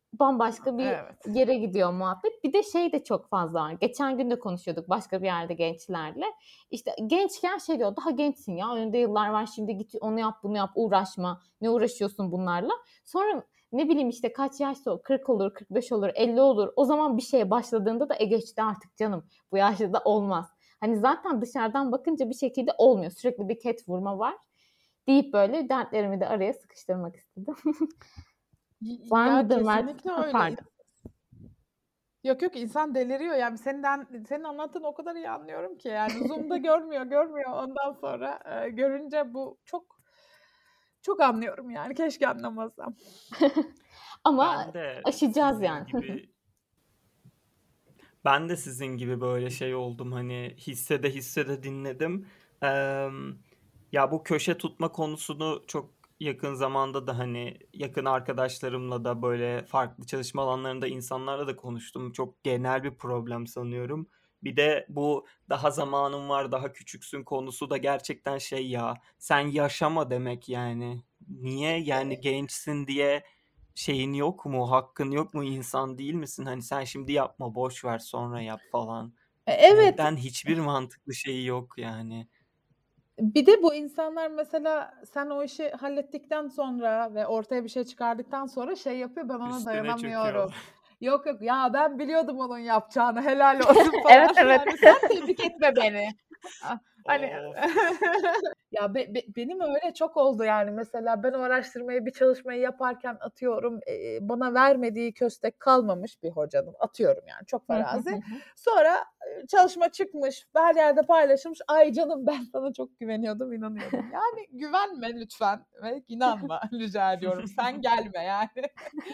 bambaşka bir Evet. yere gidiyor muhabbet. Bir de şey de çok fazla var. Geçen gün de konuşuyorduk başka bir yerde gençlerle. İşte gençken şey diyor, daha gençsin ya, önünde yıllar var, şimdi git onu yap bunu yap, uğraşma. Ne uğraşıyorsun bunlarla? Sonra ne bileyim işte kaç yaşta o, kırk olur, kırk beş olur, elli olur. O zaman bir şeye başladığında da e geçti artık canım. Bu yaşta da olmaz. Hani zaten dışarıdan bakınca bir şekilde olmuyor. Sürekli bir ket vurma var. Deyip böyle dertlerimi de araya sıkıştırmak istedim. Var Ya mıdır Mert? kesinlikle Ha, öyle. pardon. Yok yok, insan deliriyor yani senden senin anlattığını o kadar iyi anlıyorum ki yani Zoom'da görmüyor görmüyor ondan sonra e, görünce bu çok çok anlıyorum yani keşke anlamasam. Ama Ben de aşacağız sizin yani. gibi ben de sizin gibi böyle şey oldum, hani hissede hissede dinledim. Eee, ya bu köşe tutma konusunu çok yakın zamanda da hani yakın arkadaşlarımla da böyle farklı çalışma alanlarında insanlarla da konuştum. Çok genel bir problem sanıyorum. Bir de bu daha zamanın var, daha küçüksün konusu da gerçekten şey ya. Sen yaşama demek yani. Niye yani gençsin diye şeyin yok mu? Hakkın yok mu? İnsan değil misin? Hani sen şimdi yapma, boş ver, sonra yap falan. E, Evet. Neden? Hiçbir mantıklı şeyi yok yani. Bir de bu insanlar mesela sen o işi hallettikten sonra ve ortaya bir şey çıkardıktan sonra şey yapıyor, ben ona Üstüne dayanamıyorum. çöküyorlar. Yok yok ya ben biliyordum onun yapacağını, helal olsun Evet falan. evet. Yani sen tebrik etme beni. Ah, Hani Of. ya be- be- benim öyle çok oldu yani mesela ben o araştırmayı bir çalışmayı yaparken atıyorum e, bana vermediği köstek kalmamış bir hocanın, atıyorum yani çok farazi. Sonra e, çalışma çıkmış, her yerde paylaşılmış. Ay canım ben sana çok güveniyordum, inanıyordum. Yani güvenme lütfen ve inanma rica ediyorum. Sen gelme yani.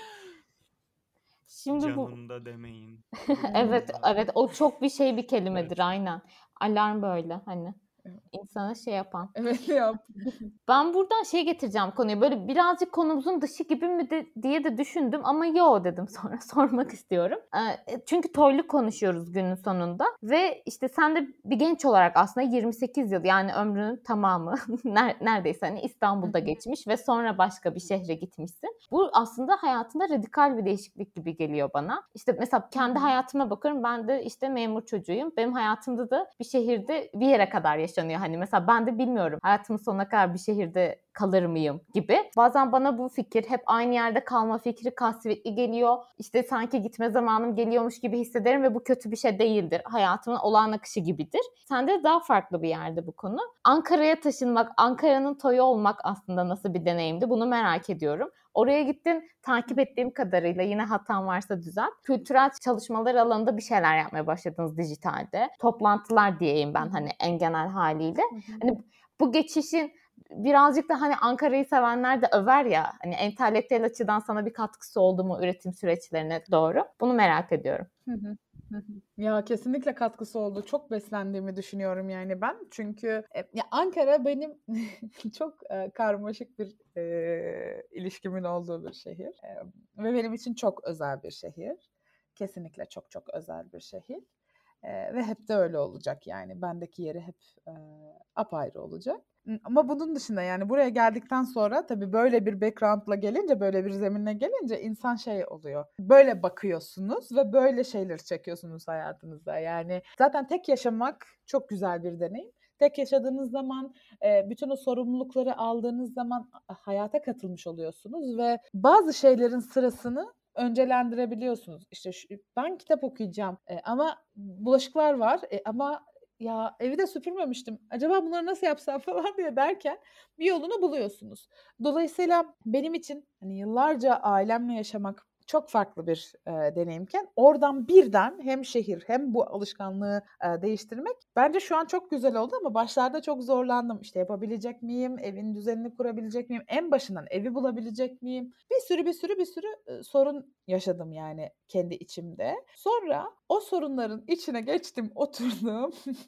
Şimdi bu Canımda demeyin. evet Ruhumda. evet, o çok bir şey bir kelimedir Evet. aynen. Alarm böyle hani insana şey yapan. Evet ya. Ben buradan şey getireceğim konuyu. Böyle birazcık konumuzun dışı gibi mi de, diye de düşündüm ama yo dedim sonra sormak istiyorum. Ee, çünkü toyluk konuşuyoruz günün sonunda ve işte sen de bir genç olarak aslında yirmi sekiz yıl, yani ömrünün tamamı neredeyse hani İstanbul'da geçmiş ve sonra başka bir şehre gitmişsin. Bu aslında hayatında radikal bir değişiklik gibi geliyor bana. İşte mesela kendi hayatıma bakıyorum. Ben de işte memur çocuğuyum. Benim hayatımda da bir şehirde bir yere kadar yaşanıyor. Hani mesela ben de bilmiyorum hayatımın sonuna kadar bir şehirde kalır mıyım gibi. Bazen bana bu fikir, hep aynı yerde kalma fikri kasvetli geliyor. İşte sanki gitme zamanım geliyormuş gibi hissederim ve bu kötü bir şey değildir. Hayatımın olağan akışı gibidir. Sende daha farklı bir yerde bu konu. Ankara'ya taşınmak, Ankara'nın toyu olmak aslında nasıl bir deneyimdi? Bunu merak ediyorum. Oraya gittin, takip ettiğim kadarıyla, yine hatam varsa düzelt. Kültürel çalışmalar alanında bir şeyler yapmaya başladınız dijitalde. Toplantılar diyeyim ben hani en genel haliyle. Hani bu geçişin birazcık da hani Ankara'yı sevenler de över ya, hani entelektüel açıdan sana bir katkısı oldu mu üretim süreçlerine doğru? Bunu merak ediyorum. Ya kesinlikle katkısı oldu. Çok beslendiğimi düşünüyorum yani ben. Çünkü e, ya Ankara benim çok e, karmaşık bir e, ilişkimin olduğu bir şehir. E, ve benim için çok özel bir şehir. Kesinlikle çok çok özel bir şehir. E, ve hep de öyle olacak yani. Bendeki yeri hep e, apayrı olacak. Ama bunun dışında yani buraya geldikten sonra tabii böyle bir background'la gelince, böyle bir zeminle gelince insan şey oluyor. Böyle bakıyorsunuz ve böyle şeyler çekiyorsunuz hayatınızda. Yani zaten tek yaşamak çok güzel bir deneyim. Tek yaşadığınız zaman, e, bütün o sorumlulukları aldığınız zaman hayata katılmış oluyorsunuz ve bazı şeylerin sırasını öncelendirebiliyorsunuz. İşte şu, ben kitap okuyacağım e, ama bulaşıklar var e, ama ya evi de süpürmemiştim. Acaba bunları nasıl yapsam falan diye derken bir yolunu buluyorsunuz. Dolayısıyla benim için hani yıllarca ailemle yaşamak çok farklı bir e, deneyimken oradan birden hem şehir hem bu alışkanlığı e, değiştirmek bence şu an çok güzel oldu ama başlarda çok zorlandım. İşte yapabilecek miyim? Evin düzenini kurabilecek miyim? En başından evi bulabilecek miyim? Bir sürü bir sürü bir sürü e, sorun yaşadım yani kendi içimde. Sonra o sorunların içine geçtim, oturdum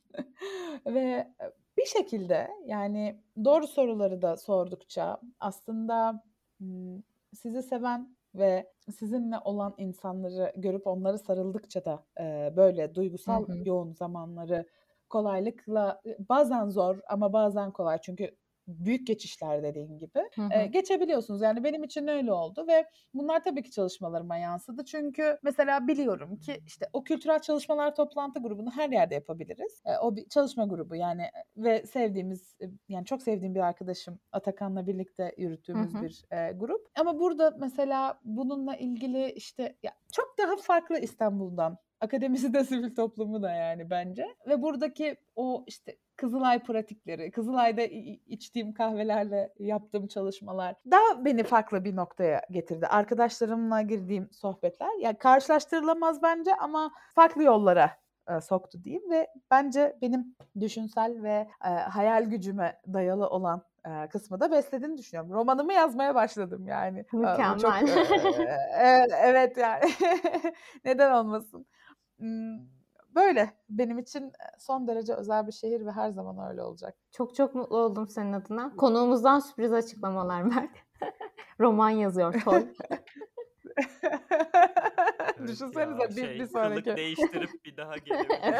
ve bir şekilde yani doğru soruları da sordukça aslında sizi seven ve sizinle olan insanları görüp onları sarıldıkça da e, böyle duygusal Hı hı. yoğun zamanları kolaylıkla, bazen zor ama bazen kolay çünkü büyük geçişler dediğin gibi Hı e, hı. geçebiliyorsunuz. Yani benim için öyle oldu ve bunlar tabii ki çalışmalarıma yansıdı. Çünkü mesela biliyorum ki işte o kültürel çalışmalar toplantı grubunu her yerde yapabiliriz. E, o bir çalışma grubu yani ve sevdiğimiz e, yani çok sevdiğim bir arkadaşım Atakan'la birlikte Hı yürüttüğümüz hı. bir e, grup. Ama burada mesela bununla ilgili işte ya çok daha farklı İstanbul'dan. Akademisi de sivil toplumu da yani bence. Ve buradaki o işte Kızılay pratikleri, Kızılay'da i- içtiğim kahvelerle yaptığım çalışmalar daha beni farklı bir noktaya getirdi. Arkadaşlarımla girdiğim sohbetler yani karşılaştırılamaz bence ama farklı yollara e, soktu diyeyim ve bence benim düşünsel ve e, hayal gücüme dayalı olan e, kısmı da beslediğini düşünüyorum. Romanımı yazmaya başladım yani. E, bu çok Mükemmel. e, e, evet yani neden olmasın. Hmm, Böyle benim için son derece özel bir şehir ve her zaman öyle olacak. Çok çok mutlu oldum senin adına. Konuğumuzdan sürpriz açıklamalar Mert. Roman yazıyor Toy. Evet ya Düşünsenize bir, bir şey kılık sonraki. değiştirip bir daha gelebilir.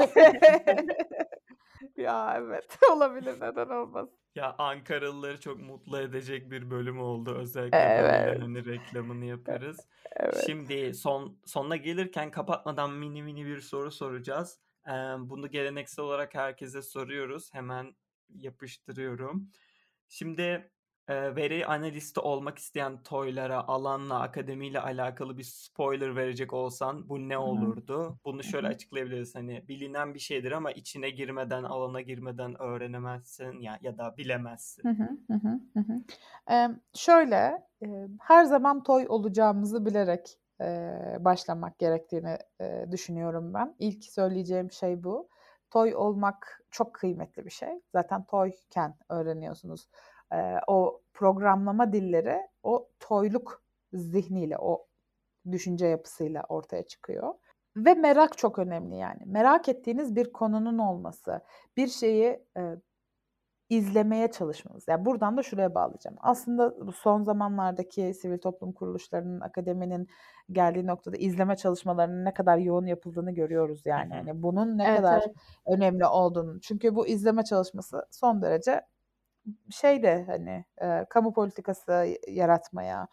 Ya evet olabilir neden olmaz. Ya Ankaralıları çok mutlu edecek bir bölüm oldu. Özellikle böyle Evet. hani reklamını yaparız. Evet. Şimdi son sonuna gelirken kapatmadan mini mini bir soru soracağız. Ee, bunu geleneksel olarak herkese soruyoruz. Hemen yapıştırıyorum. Şimdi e, veri analisti olmak isteyen toylara, alanla, akademiyle alakalı bir spoiler verecek olsan bu ne Hı hı. olurdu? Bunu Hı şöyle hı. açıklayabiliriz. Hani bilinen bir şeydir ama içine girmeden, alana girmeden öğrenemezsin ya ya da bilemezsin. Hı hı, hı hı, hı hı. Eee, şöyle, eee, her zaman toy olacağımızı bilerek eee, başlamak gerektiğini eee, düşünüyorum ben. İlk söyleyeceğim şey bu. Toy olmak çok kıymetli bir şey. Zaten toyken öğreniyorsunuz. Eee, o programlama dilleri o toyluk zihniyle, o düşünce yapısıyla ortaya çıkıyor. Ve merak çok önemli yani. Merak ettiğiniz bir konunun olması, bir şeyi eee izlemeye çalışmanız. Yani buradan da şuraya bağlayacağım. Aslında bu son zamanlardaki sivil toplum kuruluşlarının, akademinin geldiği noktada izleme çalışmalarının ne kadar yoğun yapıldığını görüyoruz Hı yani. hı. Hani bunun ne Evet kadar evet. önemli olduğunu. Çünkü bu izleme çalışması son derece şey de hani e, kamu politikası yaratmaya,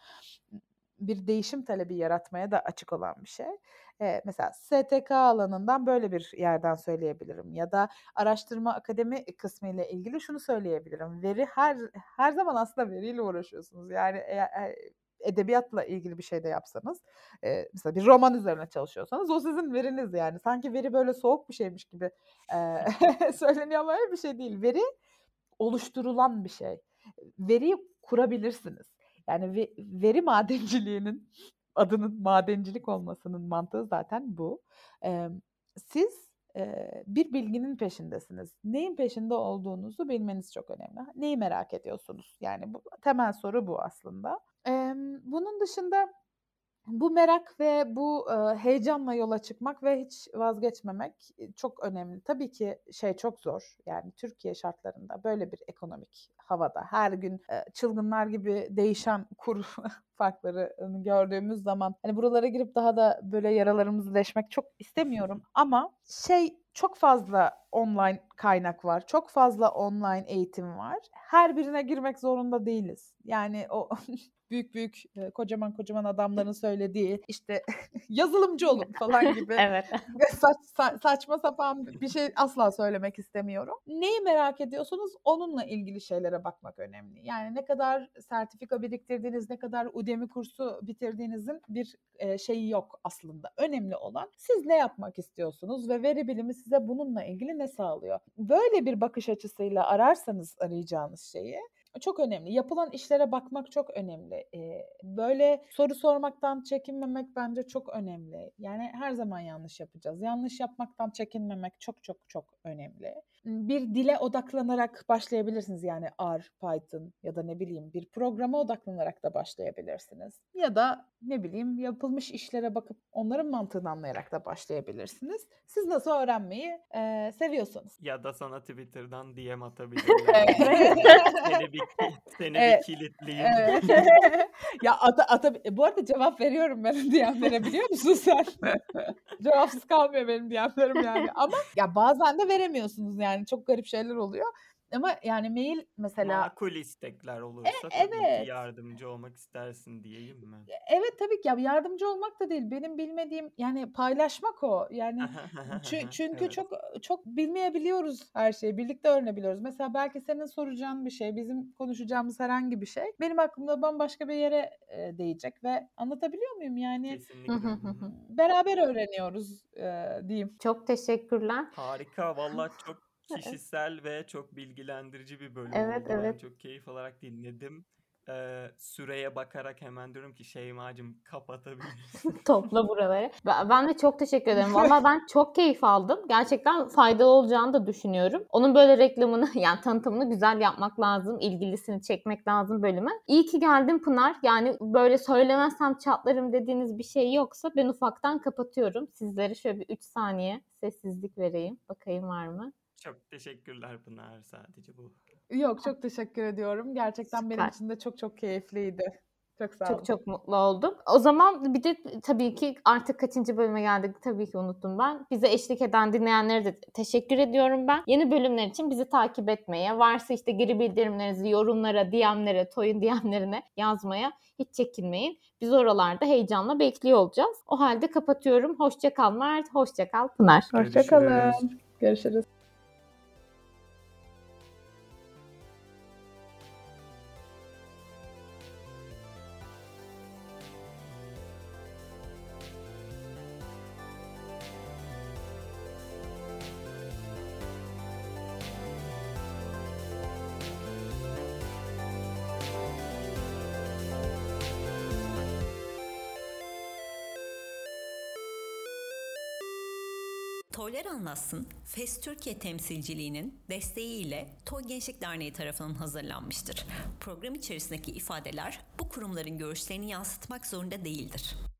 bir değişim talebi yaratmaya da açık olan bir şey. E, mesela S T K alanından böyle bir yerden söyleyebilirim ya da araştırma akademi kısmı ile ilgili şunu söyleyebilirim. Veri her her zaman aslında veriyle uğraşıyorsunuz. Yani eğer e, edebiyatla ilgili bir şey de yapsanız, e, mesela bir roman üzerine çalışıyorsanız o sizin veriniz yani. Sanki veri böyle soğuk bir şeymiş gibi e, söyleniyor ama öyle bir şey değil. Veri oluşturulan bir şey. Veriyi kurabilirsiniz. Yani ve, veri madenciliğinin adının madencilik olmasının mantığı zaten bu. Ee, siz e, bir bilginin peşindesiniz. Neyin peşinde olduğunuzu bilmeniz çok önemli. Neyi merak ediyorsunuz? Yani bu temel soru bu aslında. Ee, bunun dışında bu merak ve bu e, heyecanla yola çıkmak ve hiç vazgeçmemek e, çok önemli. Tabii ki şey çok zor. Yani Türkiye şartlarında böyle bir ekonomik havada her gün e, çılgınlar gibi değişen kur farklarını gördüğümüz zaman hani buralara girip daha da böyle yaralarımızı deşmek çok istemiyorum ama şey çok fazla online kaynak var. Çok fazla online eğitim var. Her birine girmek zorunda değiliz. Yani o büyük büyük e, kocaman kocaman adamların söylediği işte yazılımcı olun falan gibi Evet. saç, sa- saçma sapan bir şey asla söylemek istemiyorum. Neyi merak ediyorsunuz onunla ilgili şeylere bakmak önemli. Yani ne kadar sertifika biriktirdiğiniz, ne kadar Udemy kursu bitirdiğinizin bir e, şeyi yok aslında. Önemli olan siz ne yapmak istiyorsunuz ve veri bilimi size bununla ilgili ne sağlıyor? Böyle bir bakış açısıyla ararsanız arayacağınız şeyi çok önemli. Yapılan işlere bakmak çok önemli. Ee, böyle soru sormaktan çekinmemek bence çok önemli. Yani her zaman yanlış yapacağız. Yanlış yapmaktan çekinmemek çok çok çok önemli. Bir dile odaklanarak başlayabilirsiniz. Yani R, Python ya da ne bileyim bir programa odaklanarak da başlayabilirsiniz. Ya da ne bileyim yapılmış işlere bakıp onların mantığını anlayarak da başlayabilirsiniz. Siz nasıl öğrenmeyi e, seviyorsanız. Ya da sana Twitter'dan D M atabilirler Evet. hani seni seni bir seni bir Evet. kilitleyeyim. Evet. Ya ata, ata, bu arada cevap veriyorum benim D M'lere biliyor musun sen? Cevapsız kalmıyor benim D M'lerim yani. Ama ya bazen de veremiyorsunuz yani çok garip şeyler oluyor. Ama yani mail mesela Makul istekler E, olursa tabii ki evet. yardımcı olmak istersin diyeyim mi? Evet tabii ki ya yardımcı olmak da değil. Benim bilmediğim yani paylaşmak o. Yani çü- çünkü Evet. çok çok bilmeyebiliyoruz her şeyi. Birlikte öğrenebiliyoruz. Mesela belki senin soracağın bir şey, bizim konuşacağımız herhangi bir şey benim aklımda bambaşka bir yere e, değecek ve anlatabiliyor muyum? Yani Kesinlikle. Hı hı. beraber öğreniyoruz e, diyeyim. Çok teşekkürler. Harika. Vallahi çok kişisel ve çok bilgilendirici bir bölüm Evet, oldu. Ben evet. çok keyif alarak dinledim. Ee, süreye bakarak hemen diyorum ki Şeymacığım kapatabilirsin. Topla buraları. Ben ben de çok teşekkür ederim. Valla ben çok keyif aldım. Gerçekten faydalı olacağını da düşünüyorum. Onun böyle reklamını yani tanıtımını güzel yapmak lazım. İlgilisini çekmek lazım bölüme. İyi ki geldin Pınar. Yani böyle söylemezsem çatlarım dediğiniz bir şey yoksa ben ufaktan kapatıyorum. Sizlere şöyle bir üç saniye sessizlik vereyim. Bakayım var mı? Çok teşekkürler Pınar, sadece bu. Yok çok teşekkür ediyorum. Gerçekten benim Süper. için de çok çok keyifliydi. Çok sağ Çok olun. çok mutlu oldum. O zaman bir de tabii ki artık kaçıncı bölüme geldik tabii ki unuttum ben. Bize eşlik eden dinleyenlere de teşekkür ediyorum ben. Yeni bölümler için bizi takip etmeye, varsa işte geri bildirimlerinizi yorumlara, D M'lere, Toy'un D M'lerine yazmaya hiç çekinmeyin. Biz oralarda heyecanla bekliyor olacağız. O halde kapatıyorum. Hoşça kal Mert, hoşça kal Pınar. Hoşça kalın. Görüşürüz. Görüşürüz. Toylar Anlatsın, Fes Türkiye temsilciliğinin desteğiyle Toy Gençlik Derneği tarafından hazırlanmıştır. Program içerisindeki ifadeler bu kurumların görüşlerini yansıtmak zorunda değildir.